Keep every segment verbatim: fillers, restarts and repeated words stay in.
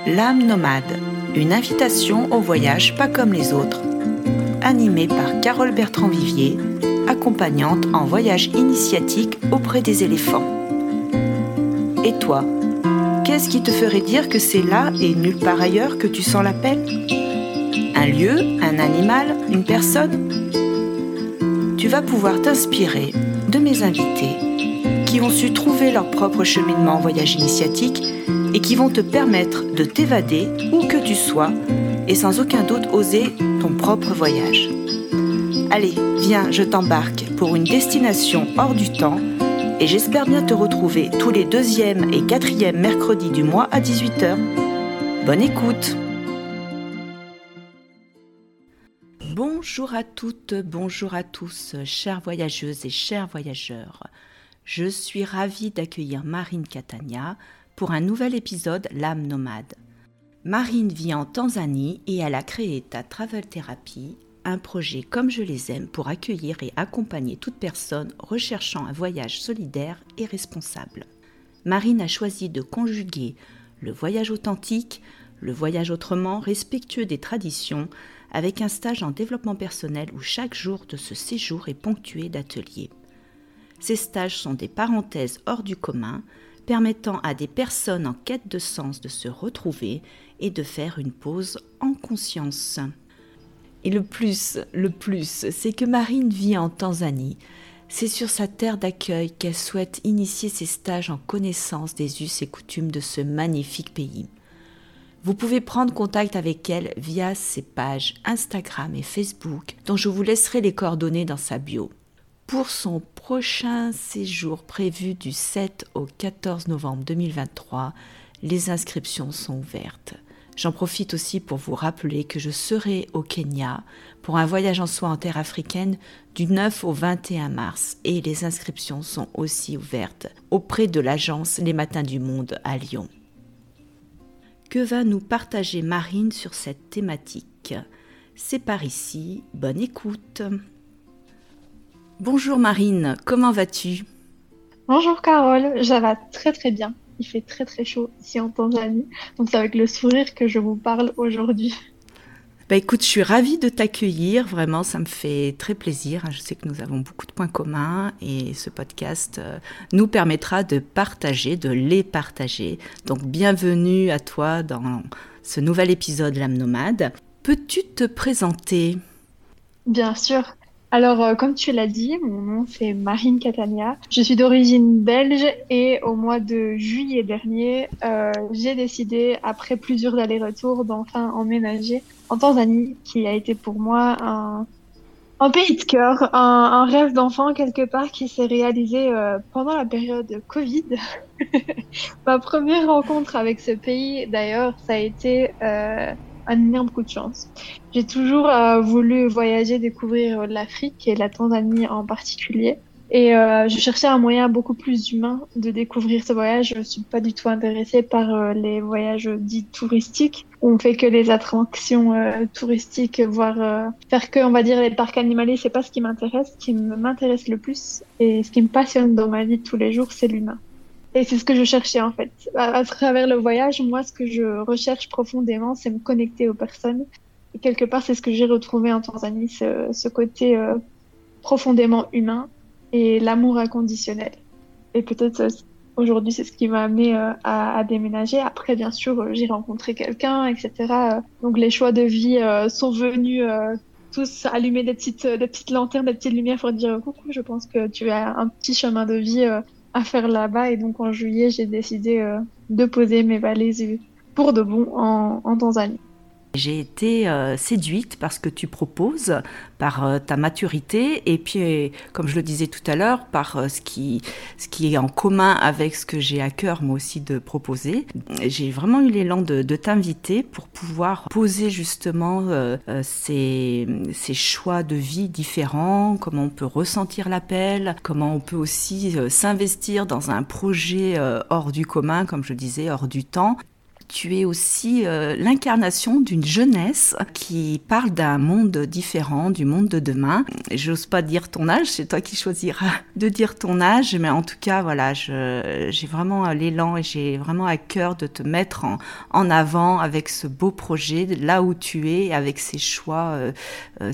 L'âme nomade, une invitation au voyage pas comme les autres. Animée par Carole Bertrand-Vivier, accompagnante en voyage initiatique auprès des éléphants. Et toi, qu'est-ce qui te ferait dire que c'est là et nulle part ailleurs que tu sens l'appel ? Un lieu, un animal, une personne ? Tu vas pouvoir t'inspirer de mes invités qui ont su trouver leur propre cheminement en voyage initiatique et qui vont te permettre de t'évader où que tu sois et sans aucun doute oser ton propre voyage. Allez, viens, je t'embarque pour une destination hors du temps et j'espère bien te retrouver tous les deuxième et quatrième mercredis du mois à dix-huit heures. Bonne écoute! Bonjour à toutes, bonjour à tous, chères voyageuses et chers voyageurs. Je suis ravie d'accueillir Marine Catania pour un nouvel épisode L'âme nomade. Marine vit en Tanzanie et elle a créé Ta Travel Therapy, un projet comme je les aime pour accueillir et accompagner toute personne recherchant un voyage solidaire et responsable. Marine a choisi de conjuguer le voyage authentique, le voyage autrement, respectueux des traditions, avec un stage en développement personnel où chaque jour de ce séjour est ponctué d'ateliers. Ces stages sont des parenthèses hors du commun, permettant à des personnes en quête de sens de se retrouver et de faire une pause en conscience. Et le plus, le plus, c'est que Marine vit en Tanzanie. C'est sur sa terre d'accueil qu'elle souhaite initier ses stages en connaissance des us et coutumes de ce magnifique pays. Vous pouvez prendre contact avec elle via ses pages Instagram et Facebook, dont je vous laisserai les coordonnées dans sa bio. Pour son prochain séjour prévu du sept au quatorze novembre deux mille vingt-trois, les inscriptions sont ouvertes. J'en profite aussi pour vous rappeler que je serai au Kenya pour un voyage en soi en terre africaine du neuf au vingt et un mars et les inscriptions sont aussi ouvertes auprès de l'agence Les Matins du Monde à Lyon. Que va nous partager Marine sur cette thématique ? C'est par ici, bonne écoute. Bonjour Marine, comment vas-tu ? Bonjour Carole, ça va très très bien. Il fait très très chaud ici en Tanzanie, donc c'est avec le sourire que je vous parle aujourd'hui. Bah écoute, je suis ravie de t'accueillir, vraiment ça me fait très plaisir. Je sais que nous avons beaucoup de points communs et ce podcast nous permettra de partager, de les partager. Donc bienvenue à toi dans ce nouvel épisode L'âme nomade. Peux-tu te présenter ? Bien sûr. Alors, euh, comme tu l'as dit, mon nom c'est Marine Catania. Je suis d'origine belge et au mois de juillet dernier, euh, j'ai décidé, après plusieurs allers-retours, d'enfin emménager en Tanzanie, qui a été pour moi un, un pays de cœur, un, un rêve d'enfant quelque part qui s'est réalisé euh, pendant la période Covid. Ma première rencontre avec ce pays, d'ailleurs, ça a été euh, un énorme coup de chance. J'ai toujours euh, voulu voyager, découvrir l'Afrique et la Tanzanie en particulier. Et euh, je cherchais un moyen beaucoup plus humain de découvrir ce voyage. Je ne suis pas du tout intéressée par euh, les voyages dits touristiques, où on fait que les attractions euh, touristiques, voire euh, faire que, on va dire, les parcs animaliers. C'est pas ce qui m'intéresse. Ce qui m'intéresse le plus et ce qui me passionne dans ma vie de tous les jours, c'est l'humain. Et c'est ce que je cherchais en fait. À, à travers le voyage, moi, ce que je recherche profondément, c'est me connecter aux personnes. Et quelque part, c'est ce que j'ai retrouvé en Tanzanie, ce, ce côté euh, profondément humain et l'amour inconditionnel. Et peut-être euh, aujourd'hui, c'est ce qui m'a amené euh, à, à déménager. Après, bien sûr, euh, j'ai rencontré quelqu'un, et cetera. Donc les choix de vie euh, sont venus euh, tous allumer des petites, des petites lanternes, des petites lumières pour dire coucou, je pense que tu as un petit chemin de vie euh, à faire là-bas. Et donc en juillet, j'ai décidé euh, de poser mes valises pour de bon en, en Tanzanie. J'ai été euh, séduite par ce que tu proposes, par euh, ta maturité et puis, euh, comme je le disais tout à l'heure, par euh, ce qui, ce qui est en commun avec ce que j'ai à cœur moi aussi de proposer. J'ai vraiment eu l'élan de, de t'inviter pour pouvoir poser justement euh, euh, ces, ces choix de vie différents, comment on peut ressentir l'appel, comment on peut aussi euh, s'investir dans un projet euh, hors du commun, comme je disais, hors du temps. Tu es aussi euh, l'incarnation d'une jeunesse qui parle d'un monde différent, du monde de demain. J'ose pas dire ton âge, c'est toi qui choisiras de dire ton âge, mais en tout cas, voilà, je, j'ai vraiment l'élan et j'ai vraiment à cœur de te mettre en, en avant avec ce beau projet, là où tu es, avec ces choix euh, euh,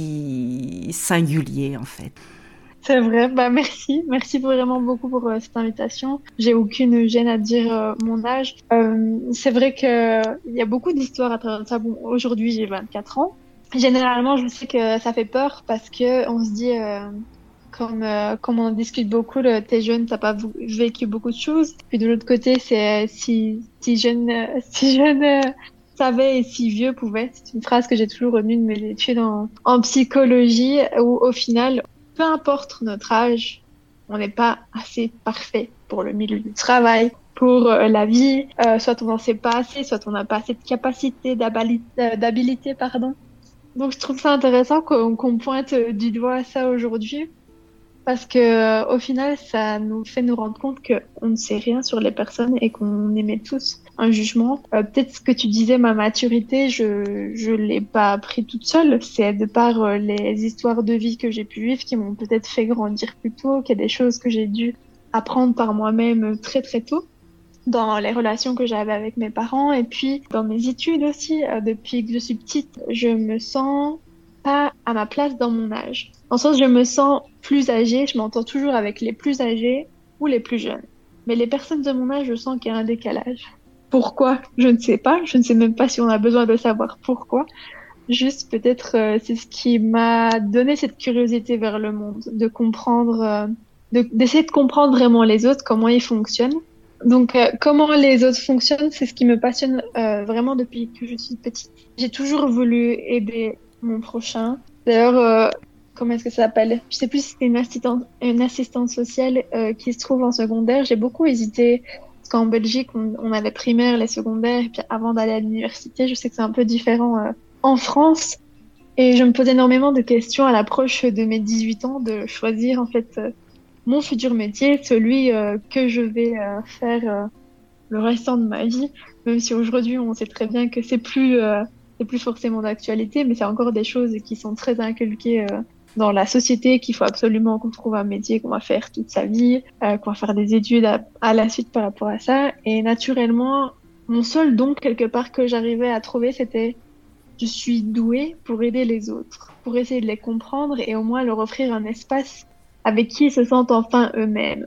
si singuliers en fait. C'est vrai, bah merci, merci vraiment beaucoup pour euh, cette invitation. J'ai aucune gêne à dire euh, mon âge. Euh, c'est vrai que il y a beaucoup d'histoires à travers ça. Bon, aujourd'hui j'ai vingt-quatre ans. Généralement, je sais que ça fait peur parce que on se dit, euh, comme euh, comme on en discute beaucoup, le t'es jeune, t'as pas v- vécu beaucoup de choses. Puis de l'autre côté, c'est euh, si si jeune, euh, si jeune. euh, savait et si vieux pouvait. C'est une phrase que j'ai toujours retenue de mes études en, en psychologie où au final, peu importe notre âge, on n'est pas assez parfait pour le milieu du travail, pour euh, la vie. Euh, soit on n'en sait pas assez, soit on n'a pas assez de capacité, d'habili- euh, d'habilité, pardon. Donc je trouve ça intéressant qu'on qu'on pointe du doigt ça aujourd'hui. Parce que euh, au final, ça nous fait nous rendre compte qu'on ne sait rien sur les personnes et qu'on émet tous un jugement. Euh, peut-être ce que tu disais, ma maturité, je je l'ai pas appris toute seule. C'est de par euh, les histoires de vie que j'ai pu vivre qui m'ont peut-être fait grandir plus tôt, qu'il y a des choses que j'ai dû apprendre par moi-même très très tôt dans les relations que j'avais avec mes parents et puis dans mes études aussi. Euh, depuis que je suis petite, je me sens pas à ma place dans mon âge. En sens, je me sens plus âgée, je m'entends toujours avec les plus âgés ou les plus jeunes. Mais les personnes de mon âge, je sens qu'il y a un décalage. Pourquoi? Je ne sais pas. Je ne sais même pas si on a besoin de savoir pourquoi. Juste, peut-être, euh, c'est ce qui m'a donné cette curiosité vers le monde, de comprendre, euh, de- d'essayer de comprendre vraiment les autres, comment ils fonctionnent. Donc, euh, comment les autres fonctionnent, c'est ce qui me passionne euh, vraiment depuis que je suis petite. J'ai toujours voulu aider mon prochain. D'ailleurs, euh, comment est-ce que ça s'appelle? Je sais plus si c'était une assistante, une assistante sociale euh, qui se trouve en secondaire. J'ai beaucoup hésité parce qu'en Belgique, on, on avait primaire, les secondaires, et puis avant d'aller à l'université, je sais que c'est un peu différent euh, en France. Et je me pose énormément de questions à l'approche de mes dix-huit ans, de choisir en fait euh, mon futur métier, celui euh, que je vais euh, faire euh, le restant de ma vie, même si aujourd'hui on sait très bien que c'est plus euh, c'est plus forcément d'actualité, mais c'est encore des choses qui sont très inculquées euh, dans la société, qu'il faut absolument qu'on trouve un métier qu'on va faire toute sa vie, euh, qu'on va faire des études à, à la suite par rapport à ça. Et naturellement, mon seul don quelque part que j'arrivais à trouver, c'était je suis douée pour aider les autres, pour essayer de les comprendre et au moins leur offrir un espace avec qui ils se sentent enfin eux-mêmes.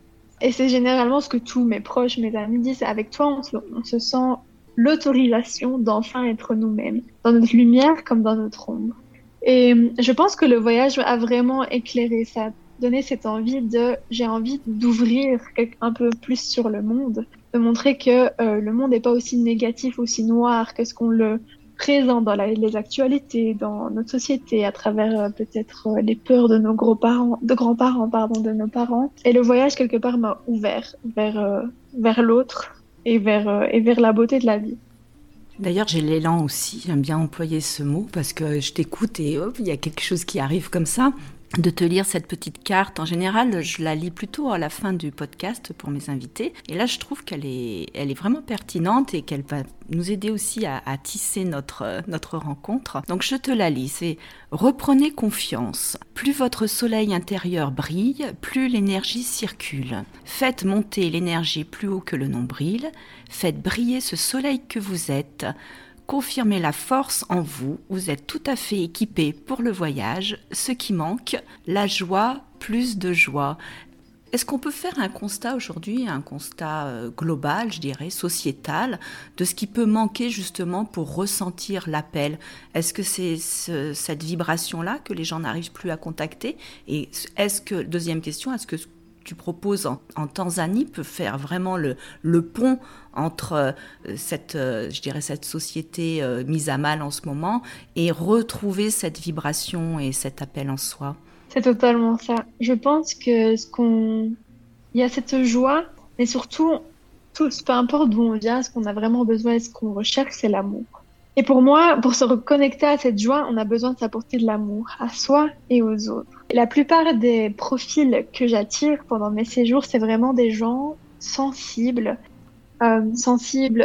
Et c'est généralement ce que tous mes proches, mes amis disent. Avec toi, on se, on se sent l'autorisation d'enfin être nous-mêmes, dans notre lumière comme dans notre ombre. Et euh, je pense que le voyage a vraiment éclairé ça, donné cette envie de, j'ai envie d'ouvrir un peu plus sur le monde, de montrer que euh, le monde n'est pas aussi négatif, aussi noir que ce qu'on le présent dans la, les actualités, dans notre société, à travers euh, peut-être euh, les peurs de nos grands-parents, de grands-parents, pardon, de nos parents. Et le voyage quelque part m'a ouvert vers euh, vers l'autre et vers euh, et vers la beauté de la vie. D'ailleurs, j'ai l'élan aussi, j'aime bien employer ce mot parce que je t'écoute et hop, il y a quelque chose qui arrive comme ça. De te lire cette petite carte. En général, je la lis plutôt à la fin du podcast pour mes invités. Et là, je trouve qu'elle est, elle est vraiment pertinente et qu'elle va nous aider aussi à, à tisser notre, notre rencontre. Donc, je te la lis. C'est « Reprenez confiance. Plus votre soleil intérieur brille, plus l'énergie circule. Faites monter l'énergie plus haut que le nombril. Faites briller ce soleil que vous êtes. » Confirmez la force en vous, vous êtes tout à fait équipé pour le voyage. Ce qui manque, la joie, plus de joie. Est-ce qu'on peut faire un constat aujourd'hui, un constat global, je dirais, sociétal, de ce qui peut manquer justement pour ressentir l'appel? Est-ce que c'est ce, cette vibration-là que les gens n'arrivent plus à contacter? Et est-ce que, deuxième question, est-ce que tu proposes en, en Tanzanie peut faire vraiment le, le pont entre euh, cette, euh, je dirais cette société euh, mise à mal en ce moment et retrouver cette vibration et cet appel en soi? C'est totalement ça. Je pense que ce qu'on, il y a cette joie, mais surtout, tous, peu importe d'où on vient, ce qu'on a vraiment besoin et ce qu'on recherche, c'est l'amour. Et pour moi, pour se reconnecter à cette joie, on a besoin de s'apporter de l'amour à soi et aux autres. Et la plupart des profils que j'attire pendant mes séjours, c'est vraiment des gens sensibles, euh, sensibles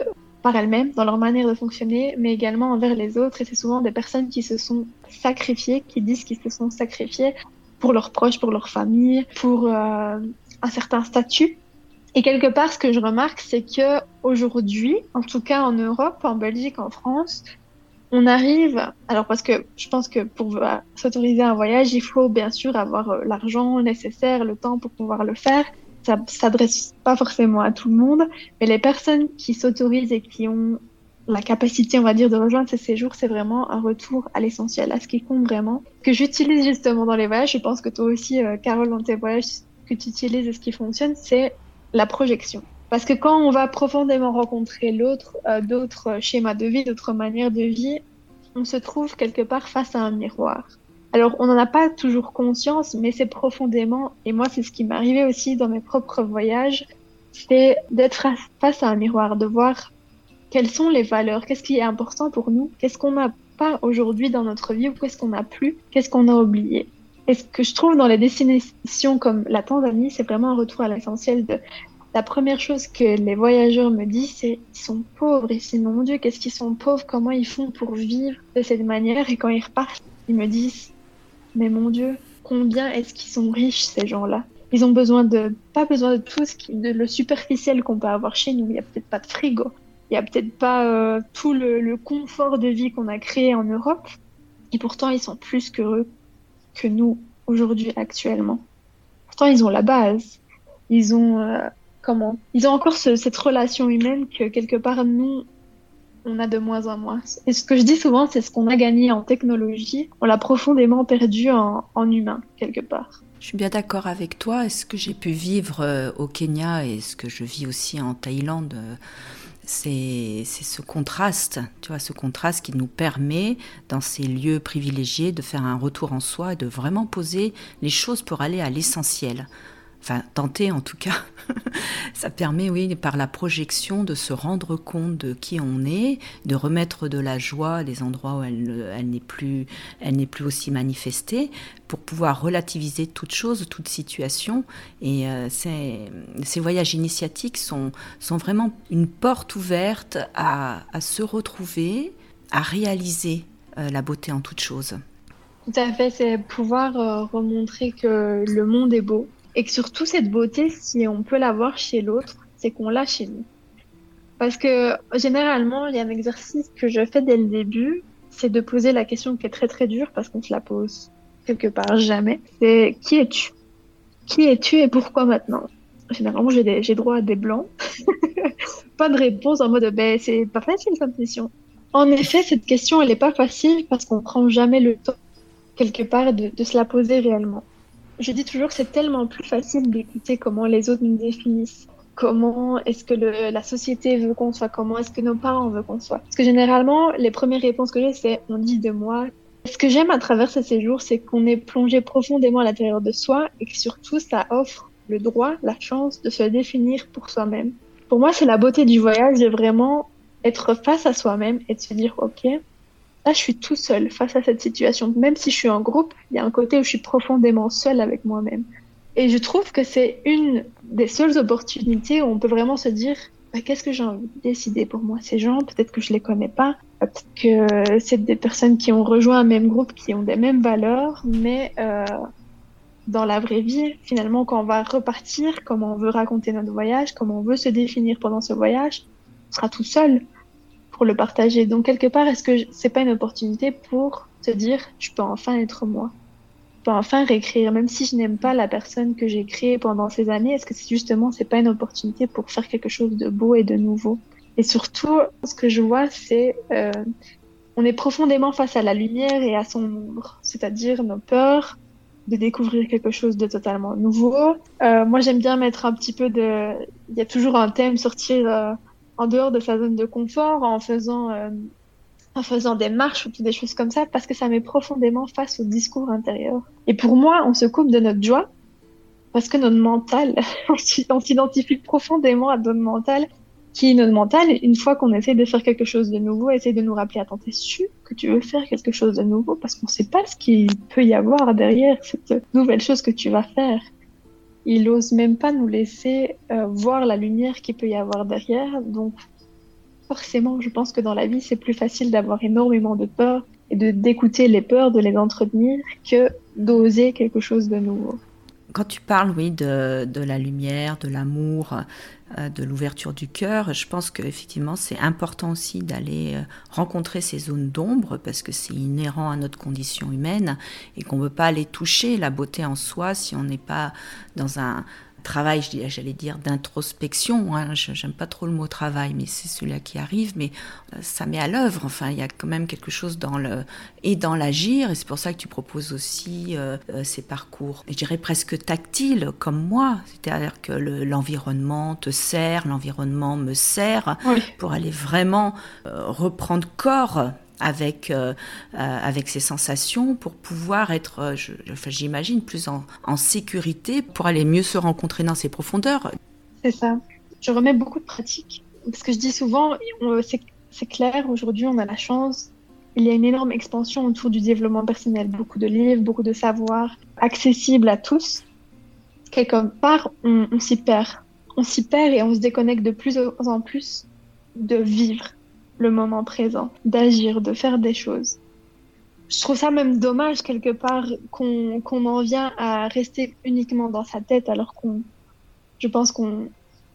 par elles-mêmes, dans leur manière de fonctionner, mais également envers les autres. Et c'est souvent des personnes qui se sont sacrifiées, qui disent qu'ils se sont sacrifiées pour leurs proches, pour leur famille, pour euh, un certain statut. Et quelque part, ce que je remarque, c'est que aujourd'hui, en tout cas en Europe, en Belgique, en France, on arrive, alors parce que je pense que pour euh, s'autoriser un voyage, il faut bien sûr avoir euh, l'argent nécessaire, le temps pour pouvoir le faire. Ça s'adresse pas forcément à tout le monde, mais les personnes qui s'autorisent et qui ont la capacité, on va dire, de rejoindre ces séjours, c'est vraiment un retour à l'essentiel, à ce qui compte vraiment, que j'utilise justement dans les voyages. Je pense que toi aussi, euh, Carole, dans tes voyages, ce que tu utilises et ce qui fonctionne, c'est la projection. Parce que quand on va profondément rencontrer l'autre, euh, d'autres schémas de vie, d'autres manières de vie, on se trouve quelque part face à un miroir. Alors, on n'en a pas toujours conscience, mais c'est profondément, et moi, c'est ce qui m'est arrivé aussi dans mes propres voyages, c'est d'être face à un miroir, de voir quelles sont les valeurs, qu'est-ce qui est important pour nous, qu'est-ce qu'on n'a pas aujourd'hui dans notre vie, ou qu'est-ce qu'on n'a plus, qu'est-ce qu'on a oublié. Et ce que je trouve dans les destinations comme la Tanzanie, c'est vraiment un retour à l'essentiel de la première chose que les voyageurs me disent, c'est qu'ils sont pauvres ici. Mon Dieu, qu'est-ce qu'ils sont pauvres, comment ils font pour vivre de cette manière. Et quand ils repartent, ils me disent, mais mon Dieu, combien est-ce qu'ils sont riches, ces gens-là? Ils ont besoin de, pas besoin de tout ce qui, de le superficiel qu'on peut avoir chez nous. Il y a peut-être pas de frigo. Il y a peut-être pas euh, tout le, le confort de vie qu'on a créé en Europe. Et pourtant, ils sont plus qu'heureux que nous, aujourd'hui, actuellement. Pourtant, ils ont la base. Ils ont, euh, comment? Ils ont encore ce, cette relation humaine que, quelque part, nous, on a de moins en moins. Et ce que je dis souvent, c'est ce qu'on a gagné en technologie, on l'a profondément perdu en, en humain, quelque part. Je suis bien d'accord avec toi. Ce que j'ai pu vivre euh, au Kenya et ce que je vis aussi en Thaïlande, euh, c'est, c'est ce contraste, tu vois, ce contraste qui nous permet, dans ces lieux privilégiés, de faire un retour en soi et de vraiment poser les choses pour aller à l'essentiel. Enfin, tenter en tout cas. Ça permet, oui, par la projection, de se rendre compte de qui on est, de remettre de la joie à des endroits où elle, elle, n'est plus, elle n'est plus aussi manifestée, pour pouvoir relativiser toute chose, toute situation. Et euh, ces, ces voyages initiatiques sont, sont vraiment une porte ouverte à, à se retrouver, à réaliser euh, la beauté en toute chose. Tout à fait, c'est pouvoir euh, remontrer que le monde est beau. Et que surtout, cette beauté, si on peut la voir chez l'autre, c'est qu'on l'a chez nous. Parce que généralement, il y a un exercice que je fais dès le début, c'est de poser la question qui est très très dure, parce qu'on se la pose quelque part jamais. C'est qui es-tu? Qui es-tu et pourquoi maintenant? Généralement, j'ai, des, j'ai droit à des blancs. Pas de réponse en mode, ben, c'est pas facile comme question. En effet, cette question, elle est pas facile parce qu'on prend jamais le temps, quelque part, de, de se la poser réellement. Je dis toujours que c'est tellement plus facile d'écouter comment les autres nous définissent, comment est-ce que le, la société veut qu'on soit, comment est-ce que nos parents veulent qu'on soit. Parce que généralement, les premières réponses que j'ai, c'est on dit de moi. Ce que j'aime à travers ces séjours, c'est qu'on est plongé profondément à l'intérieur de soi et que surtout, ça offre le droit, la chance de se définir pour soi-même. Pour moi, c'est la beauté du voyage de vraiment être face à soi-même et de se dire, ok, là, je suis tout seul face à cette situation. Même si je suis en groupe, il y a un côté où je suis profondément seule avec moi-même. Et je trouve que c'est une des seules opportunités où on peut vraiment se dire bah, qu'est-ce que j'ai envie de décider pour moi? Ces gens, peut-être que je les connais pas, peut-être que c'est des personnes qui ont rejoint un même groupe, qui ont des mêmes valeurs, mais euh, dans la vraie vie, finalement, quand on va repartir, comment on veut raconter notre voyage, comment on veut se définir pendant ce voyage, on sera tout seul pour le partager. Donc, quelque part, est-ce que c'est pas une opportunité pour se dire, je peux enfin être moi? Je peux enfin réécrire, même si je n'aime pas la personne que j'ai créée pendant ces années, est-ce que c'est justement, c'est pas une opportunité pour faire quelque chose de beau et de nouveau? Et surtout, ce que je vois, c'est, euh, on est profondément face à la lumière et à son ombre, c'est-à-dire nos peurs de découvrir quelque chose de totalement nouveau. Euh, moi, j'aime bien mettre un petit peu de, il y a toujours un thème, sortir, euh, en dehors de sa zone de confort, en faisant, euh, en faisant des marches ou des choses comme ça, parce que ça met profondément face au discours intérieur. Et pour moi, on se coupe de notre joie, parce que notre mental, on s'identifie profondément à notre mental, qui est notre mental, une fois qu'on essaie de faire quelque chose de nouveau, essaie de nous rappeler, attends, t'es sûr que tu veux faire quelque chose de nouveau? Parce qu'on sait pas ce qu'il peut y avoir derrière cette nouvelle chose que tu vas faire. Il ose même pas nous laisser euh, voir la lumière qu'il peut y avoir derrière. Donc, forcément, je pense que dans la vie, c'est plus facile d'avoir énormément de peur et de d'écouter les peurs, de les entretenir, que d'oser quelque chose de nouveau. Quand tu parles, oui, de, de la lumière, de l'amour, euh, de l'ouverture du cœur, je pense qu'effectivement, c'est important aussi d'aller euh, rencontrer ces zones d'ombre parce que c'est inhérent à notre condition humaine et qu'on ne peut pas les toucher, la beauté en soi, si on n'est pas dans un travail, j'allais dire, d'introspection. Hein. Je n'aime pas trop le mot travail, mais c'est celui-là qui arrive. Mais ça met à l'œuvre. Enfin, il y a quand même quelque chose dans le et dans l'agir. Et c'est pour ça que tu proposes aussi euh, ces parcours, je dirais presque tactiles, comme moi. C'est-à-dire que le, l'environnement te sert, l'environnement me sert Oui. pour aller vraiment euh, reprendre corps avec, euh, euh, avec ces sensations pour pouvoir être, euh, je, enfin, j'imagine, plus en, en sécurité, pour aller mieux se rencontrer dans ces profondeurs. C'est ça. Je remets beaucoup de pratiques. Parce que je dis souvent, on, c'est, c'est clair, aujourd'hui, on a la chance. Il y a une énorme expansion autour du développement personnel. Beaucoup de livres, beaucoup de savoirs, accessibles à tous. Quelque part, on, on s'y perd. On s'y perd et on se déconnecte de plus en plus de vivre le moment présent, d'agir, de faire des choses. Je trouve ça même dommage quelque part qu'on, qu'on en vient à rester uniquement dans sa tête alors qu'on, je pense qu'on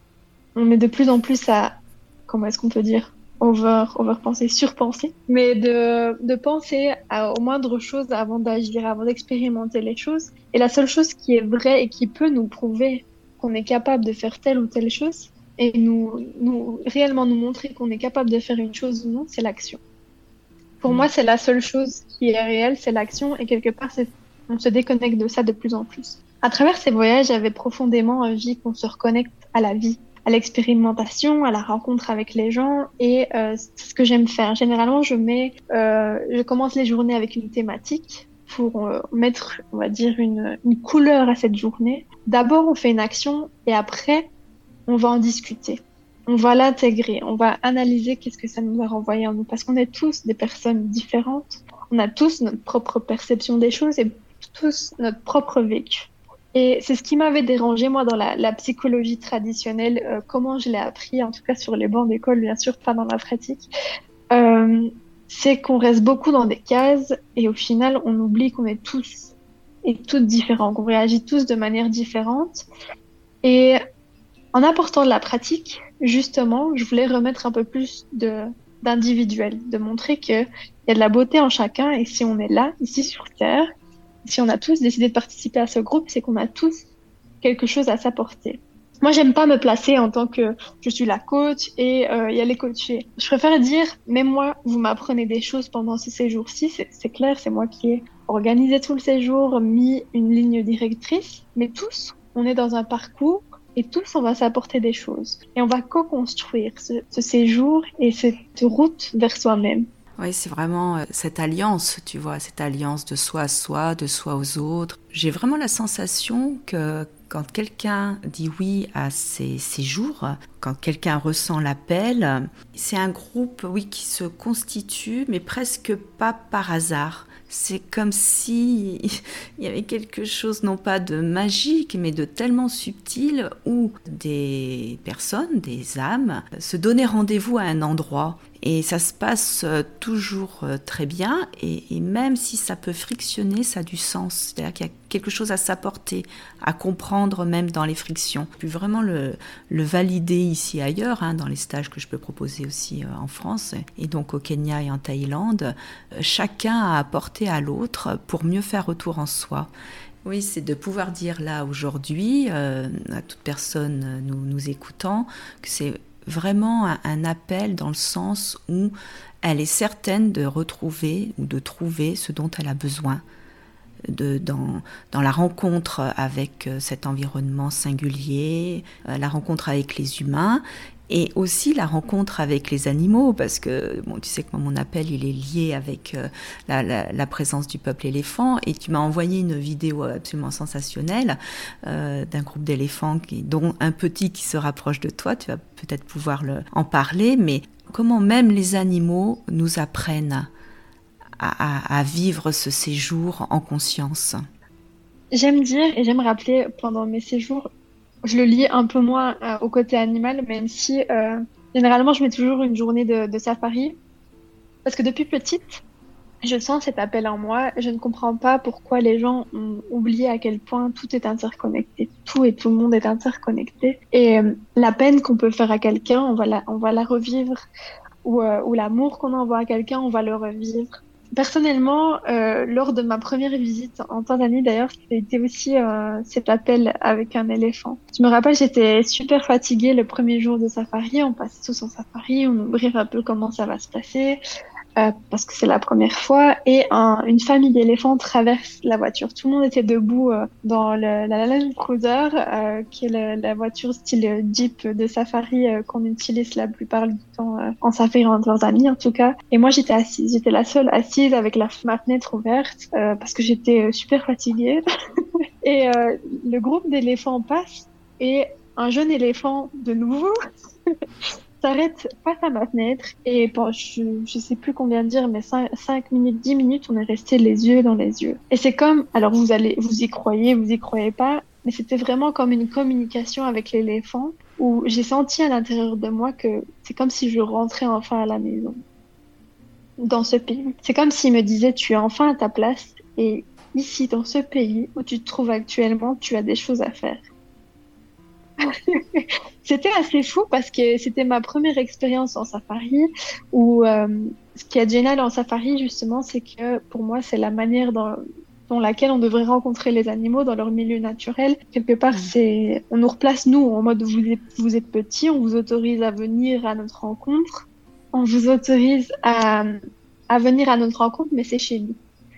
on est de plus en plus à, comment est-ce qu'on peut dire, over, overpenser, surpenser, mais de, de penser à, aux moindres choses avant d'agir, avant d'expérimenter les choses. Et la seule chose qui est vraie et qui peut nous prouver qu'on est capable de faire telle ou telle chose, et nous, nous réellement nous montrer qu'on est capable de faire une chose ou non, c'est l'action. Pour mmh. moi, c'est la seule chose qui est réelle, c'est l'action, et quelque part, c'est, on se déconnecte de ça de plus en plus. À travers ces voyages, j'avais profondément envie qu'on se reconnecte à la vie, à l'expérimentation, à la rencontre avec les gens, et euh, c'est ce que j'aime faire. Généralement, je mets, euh, je commence les journées avec une thématique pour euh, mettre, on va dire, une, une couleur à cette journée. D'abord, on fait une action, et après, on va en discuter, on va l'intégrer, on va analyser qu'est-ce que ça nous a renvoyé en nous, parce qu'on est tous des personnes différentes, on a tous notre propre perception des choses et tous notre propre vécu. Et c'est ce qui m'avait dérangé, moi, dans la, la psychologie traditionnelle, euh, comment je l'ai appris, en tout cas sur les bancs d'école, bien sûr, pas dans la pratique, euh, c'est qu'on reste beaucoup dans des cases et au final, on oublie qu'on est tous et toutes différents, qu'on réagit tous de manière différente. Et en apportant de la pratique, justement, je voulais remettre un peu plus de, d'individuel, de montrer qu'il y a de la beauté en chacun et si on est là, ici sur Terre, si on a tous décidé de participer à ce groupe, c'est qu'on a tous quelque chose à s'apporter. Moi, j'aime pas me placer en tant que je suis la coach et euh, il y a les coachés. Je préfère dire, même moi, vous m'apprenez des choses pendant ce séjour-ci, c'est, c'est clair, c'est moi qui ai organisé tout le séjour, mis une ligne directrice, mais tous, on est dans un parcours et tous, on va s'apporter des choses. Et on va co-construire ce, ce séjour et cette route vers soi-même. Oui, c'est vraiment cette alliance, tu vois, cette alliance de soi à soi, de soi aux autres. J'ai vraiment la sensation que quand quelqu'un dit oui à ces séjours, quand quelqu'un ressent l'appel, c'est un groupe, oui, qui se constitue, mais presque pas par hasard. C'est comme si il y avait quelque chose, non pas de magique, mais de tellement subtil, où des personnes, des âmes, se donnaient rendez-vous à un endroit. Et ça se passe toujours très bien, et, et même si ça peut frictionner, ça a du sens. C'est-à-dire qu'il y a quelque chose à s'apporter, à comprendre même dans les frictions. Je peux vraiment le, le valider ici et ailleurs, hein, dans les stages que je peux proposer aussi euh, en France, et donc au Kenya et en Thaïlande. Chacun a apporté à l'autre pour mieux faire retour en soi. Oui, c'est de pouvoir dire là aujourd'hui, euh, à toute personne nous, nous écoutant, que c'est vraiment un, un appel dans le sens où elle est certaine de retrouver ou de trouver ce dont elle a besoin de, dans, dans la rencontre avec cet environnement singulier, la rencontre avec les humains et aussi la rencontre avec les animaux, parce que bon, tu sais que mon appel il est lié avec euh, la, la, la présence du peuple éléphant, et tu m'as envoyé une vidéo absolument sensationnelle euh, d'un groupe d'éléphants qui, dont un petit qui se rapproche de toi. Tu vas peut-être pouvoir le, en parler, mais comment même les animaux nous apprennent à, à, à vivre ce séjour en conscience. J'aime dire et j'aime rappeler pendant mes séjours, je le lis un peu moins euh, au côté animal, même si euh, Généralement, je mets toujours une journée de, de safari parce que depuis petite, je sens cet appel en moi. Je ne comprends pas pourquoi les gens ont oublié à quel point tout est interconnecté. Tout et tout le monde est interconnecté. Et euh, la peine qu'on peut faire à quelqu'un, on va la, on va la revivre. Ou, euh, ou l'amour qu'on envoie à quelqu'un, on va le revivre. Personnellement, euh, lors de ma première visite en Tanzanie, d'ailleurs, c'était aussi euh, cet appel avec un éléphant. Je me rappelle, j'étais super fatiguée le premier jour de safari. On passait tous en safari, on ouvrait un peu comment ça va se passer. Euh, parce que c'est la première fois, et un, une famille d'éléphants traverse la voiture. Tout le monde était debout euh, dans le, la Land Cruiser, euh, qui est le, la voiture style Jeep de safari euh, qu'on utilise la plupart du temps euh, en safari en Tanzanie en tout cas. Et moi j'étais assise, j'étais la seule assise avec la, ma fenêtre ouverte euh, parce que j'étais euh, super fatiguée. Et euh, le groupe d'éléphants passe et un jeune éléphant de nouveau s'arrête face à ma fenêtre et bon, je, je sais plus combien dire, mais cinq minutes, dix minutes, on est resté les yeux dans les yeux. Et c'est comme, alors vous allez, vous y croyez, vous y croyez pas, mais c'était vraiment comme une communication avec l'éléphant où j'ai senti à l'intérieur de moi que c'est comme si je rentrais enfin à la maison, dans ce pays. C'est comme s'il me disait, tu es enfin à ta place et ici, dans ce pays où tu te trouves actuellement, tu as des choses à faire. C'était assez fou parce que c'était ma première expérience en safari où euh, ce qui est génial en safari justement, c'est que pour moi, c'est la manière dans, dans laquelle on devrait rencontrer les animaux dans leur milieu naturel. Quelque part, mmh. c'est, on nous replace nous en mode vous êtes, vous êtes petit, on vous autorise à venir à notre rencontre, on vous autorise à, à venir à notre rencontre, mais c'est chez nous.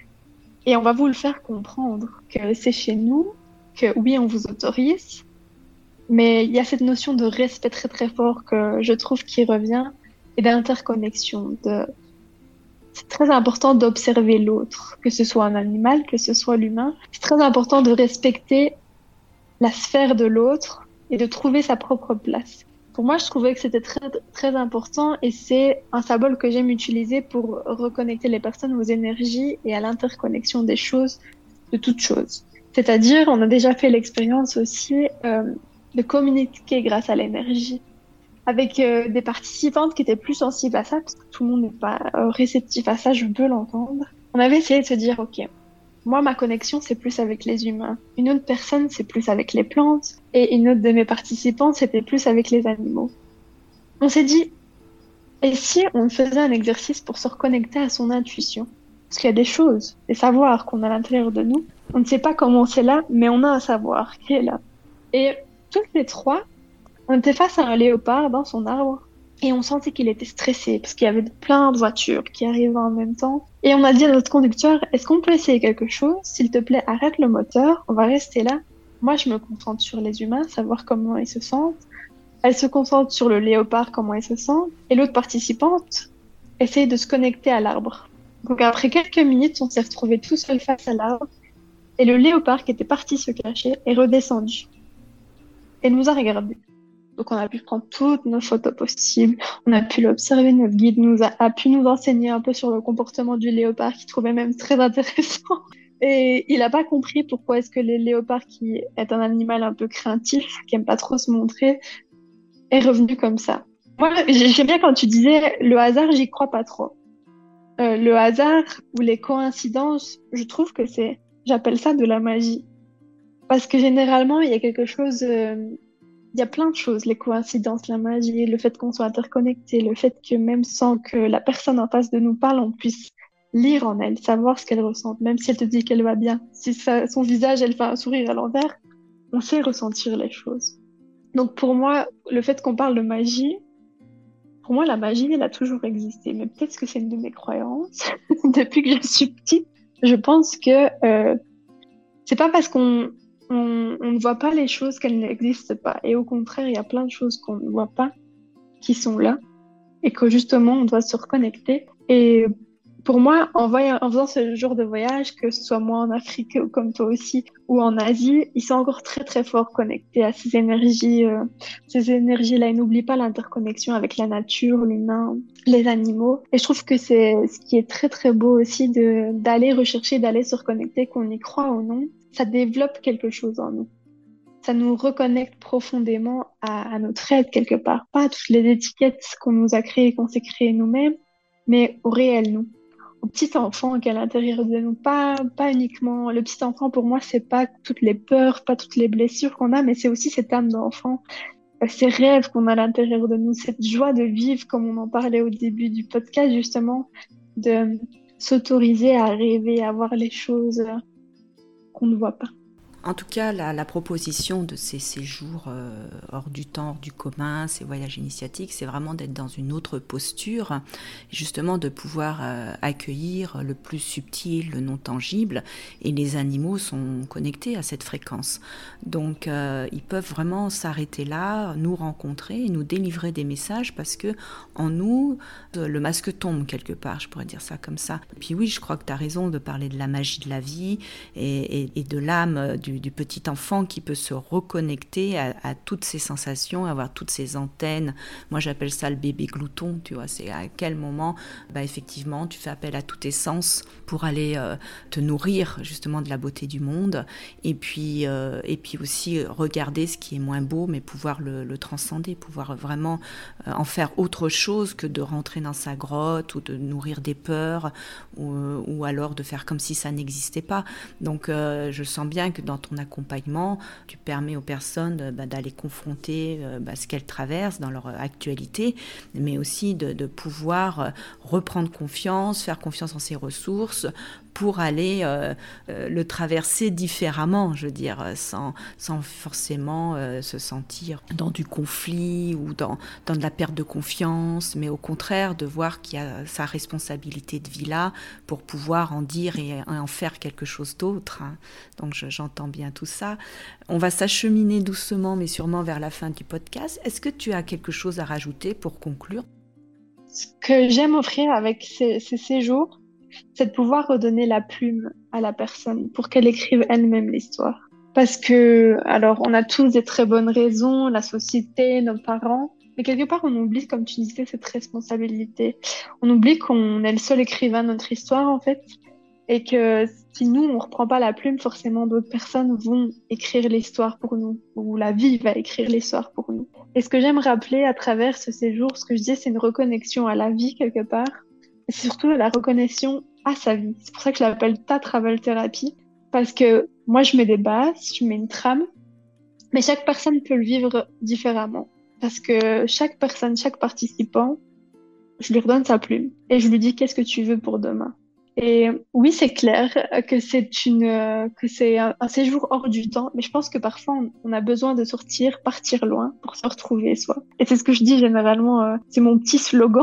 Et on va vous le faire comprendre que c'est chez nous, que oui, on vous autorise. Mais il y a cette notion de respect très très fort que je trouve qui revient et d'interconnexion. De... C'est très important d'observer l'autre, que ce soit un animal, que ce soit l'humain. C'est très important de respecter la sphère de l'autre et de trouver sa propre place. Pour moi, je trouvais que c'était très très important et c'est un symbole que j'aime utiliser pour reconnecter les personnes aux énergies et à l'interconnexion des choses, de toutes choses. C'est-à-dire, on a déjà fait l'expérience aussi euh, de communiquer grâce à l'énergie avec euh, des participantes qui étaient plus sensibles à ça, parce que tout le monde n'est pas euh, réceptif à ça, je peux l'entendre. On avait essayé de se dire, ok, moi ma connexion c'est plus avec les humains, une autre personne c'est plus avec les plantes, et une autre de mes participantes c'était plus avec les animaux. On s'est dit, et si on faisait un exercice pour se reconnecter à son intuition? Parce qu'il y a des choses, des savoirs qu'on a à l'intérieur de nous, on ne sait pas comment c'est là, mais on a un savoir qui est là. Et toutes les trois, on était face à un léopard dans son arbre et on sentait qu'il était stressé parce qu'il y avait plein de voitures qui arrivaient en même temps. Et on a dit à notre conducteur, est-ce qu'on peut essayer quelque chose? S'il te plaît, arrête le moteur, on va rester là. Moi, je me concentre sur les humains, savoir comment ils se sentent. Elle se concentre sur le léopard, comment il se sent. Et l'autre participante essaye de se connecter à l'arbre. Donc après quelques minutes, on s'est retrouvés tout seuls face à l'arbre. Et le léopard qui était parti se cacher est redescendu. Et nous a regardés. Donc on a pu prendre toutes nos photos possibles, on a pu l'observer, notre guide nous a, a pu nous enseigner un peu sur le comportement du léopard qu'il trouvait même très intéressant. Et il n'a pas compris pourquoi est-ce que le léopard, qui est un animal un peu craintif, qui aime pas trop se montrer, est revenu comme ça. Moi, j'aime bien quand tu disais le hasard, j'y crois pas trop. Euh, le hasard ou les coïncidences, je trouve que c'est, j'appelle ça de la magie. Parce que généralement, il y a quelque chose, euh, il y a plein de choses, les coïncidences, la magie, le fait qu'on soit interconnecté, le fait que même sans que la personne en face de nous parle, on puisse lire en elle, savoir ce qu'elle ressent, même si elle te dit qu'elle va bien. Si ça, son visage, elle fait un sourire à l'envers, on sait ressentir les choses. Donc pour moi, le fait qu'on parle de magie, pour moi, la magie, elle a toujours existé. Mais peut-être que c'est une de mes croyances. Depuis que je suis petite, je pense que euh, c'est pas parce qu'on On, on ne voit pas les choses qu'elles n'existent pas. Et au contraire, il y a plein de choses qu'on ne voit pas qui sont là et que justement, on doit se reconnecter. Et pour moi, en, voy- en faisant ce genre de voyage, que ce soit moi en Afrique ou comme toi aussi, ou en Asie, ils sont encore très très fort connectés à ces énergies, euh, ces énergies-là. Ils n'oublient pas l'interconnexion avec la nature, l'humain, les animaux. Et je trouve que c'est ce qui est très très beau aussi de, d'aller rechercher, d'aller se reconnecter, qu'on y croit ou non. Ça développe quelque chose en nous. ça nous reconnecte profondément à, à notre être quelque part. Pas à toutes les étiquettes qu'on nous a créées, qu'on s'est créées nous-mêmes, mais au réel nous, au petit enfant qui est à l'intérieur de nous. Pas, pas uniquement, le petit enfant pour moi, c'est pas toutes les peurs, pas toutes les blessures qu'on a, mais c'est aussi cette âme d'enfant, euh, ces rêves qu'on a à l'intérieur de nous, cette joie de vivre, comme on en parlait au début du podcast, justement, de s'autoriser à rêver, à voir les choses euh, qu'on ne voit pas. En tout cas, la, la proposition de ces séjours euh, hors du temps, hors du commun, ces voyages initiatiques, c'est vraiment d'être dans une autre posture, justement de pouvoir euh, accueillir le plus subtil, le non tangible, et les animaux sont connectés à cette fréquence. Donc, euh, ils peuvent vraiment s'arrêter là, nous rencontrer, et nous délivrer des messages, parce que en nous, le masque tombe quelque part, je pourrais dire ça comme ça. Et puis oui, je crois que tu as raison de parler de la magie de la vie et, et, et de l'âme du Du, du petit enfant qui peut se reconnecter à, à toutes ces sensations, avoir toutes ces antennes. Moi, j'appelle ça le bébé glouton, tu vois. C'est à quel moment, bah, effectivement, tu fais appel à tous tes sens pour aller euh, te nourrir justement de la beauté du monde. Et puis, euh, et puis aussi regarder ce qui est moins beau, mais pouvoir le, le transcender, pouvoir vraiment euh, en faire autre chose que de rentrer dans sa grotte ou de nourrir des peurs ou, ou alors de faire comme si ça n'existait pas. Donc, euh, je sens bien que dans ton accompagnement, tu permets aux personnes bah, d'aller confronter euh, bah, ce qu'elles traversent dans leur actualité, mais aussi de, de pouvoir reprendre confiance, faire confiance en ses ressources pour aller euh, euh, le traverser différemment, je veux dire, sans, sans forcément euh, se sentir dans du conflit ou dans, dans de la perte de confiance, mais au contraire de voir qu'il y a sa responsabilité de vie là pour pouvoir en dire et, et en faire quelque chose d'autre. Hein. Donc je, j'entends bien tout ça. On va s'acheminer doucement mais sûrement vers la fin du podcast. Est-ce que tu as quelque chose à rajouter pour conclure ? Ce que j'aime offrir avec ces, ces séjours, c'est de pouvoir redonner la plume à la personne pour qu'elle écrive elle-même l'histoire. Parce que, alors, on a tous des très bonnes raisons, la société, nos parents, mais quelque part, on oublie, comme tu disais, cette responsabilité. On oublie qu'on est le seul écrivain de notre histoire, en fait, et que si nous, on reprend pas la plume, forcément, d'autres personnes vont écrire l'histoire pour nous, ou la vie va écrire l'histoire pour nous. Et ce que j'aime rappeler à travers ce séjour, ce que je dis, c'est une reconnexion à la vie, quelque part, et surtout la reconnexion à sa vie. C'est pour ça que je l'appelle ta travel thérapie, parce que moi, je mets des bases, je mets une trame, mais chaque personne peut le vivre différemment. Parce que chaque personne, chaque participant, je lui redonne sa plume et je lui dis qu'est-ce que tu veux pour demain. Et oui, c'est clair que c'est une, que c'est un, un séjour hors du temps, mais je pense que parfois on, on a besoin de sortir, partir loin pour se retrouver soi. Et c'est ce que je dis généralement, euh, c'est mon petit slogan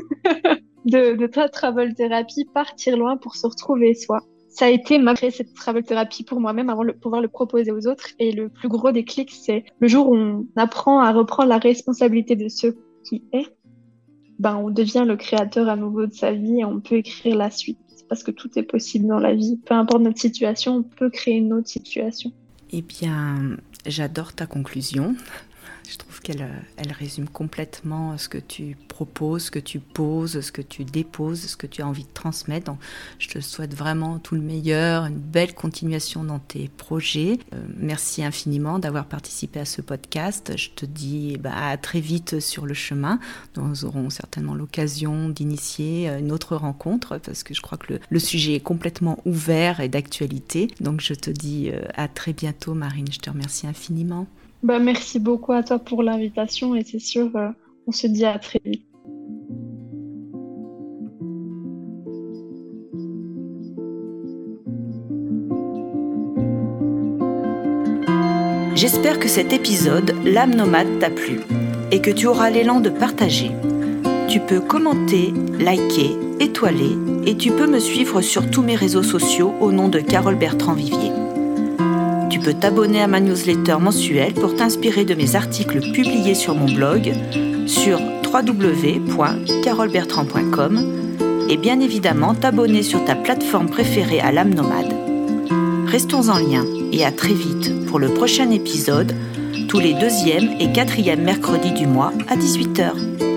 de, de ta travel thérapie, partir loin pour se retrouver soi. Ça a été ma créé cette travel thérapie pour moi-même avant de pouvoir le proposer aux autres. Et le plus gros déclic, c'est le jour où on apprend à reprendre la responsabilité de ce qui est, ben on devient le créateur à nouveau de sa vie et on peut écrire la suite. C'est parce que tout est possible dans la vie. Peu importe notre situation, on peut créer une autre situation. Eh bien, j'adore ta conclusion. Je trouve qu'elle elle résume complètement ce que tu proposes, ce que tu poses, ce que tu déposes, ce que tu as envie de transmettre. Donc, je te souhaite vraiment tout le meilleur, une belle continuation dans tes projets. Euh, merci infiniment d'avoir participé à ce podcast. Je te dis bah, à très vite sur le chemin. Nous aurons certainement l'occasion d'initier une autre rencontre parce que je crois que le, le sujet est complètement ouvert et d'actualité. Donc, je te dis euh, à très bientôt, Marine. Je te remercie infiniment. Bah, merci beaucoup à toi pour l'invitation et c'est sûr, euh, on se dit à très vite. J'espère que cet épisode, L'âme nomade, t'a plu et que tu auras l'élan de partager. Tu peux commenter, liker, étoiler et tu peux me suivre sur tous mes réseaux sociaux au nom de Carole Bertrand-Vivier. Tu peux t'abonner à ma newsletter mensuelle pour t'inspirer de mes articles publiés sur mon blog sur w w w point carole bertrand point com et bien évidemment t'abonner sur ta plateforme préférée à l'âme nomade. Restons en lien et à très vite pour le prochain épisode, tous les deuxième et quatrième mercredis du mois à dix-huit heures.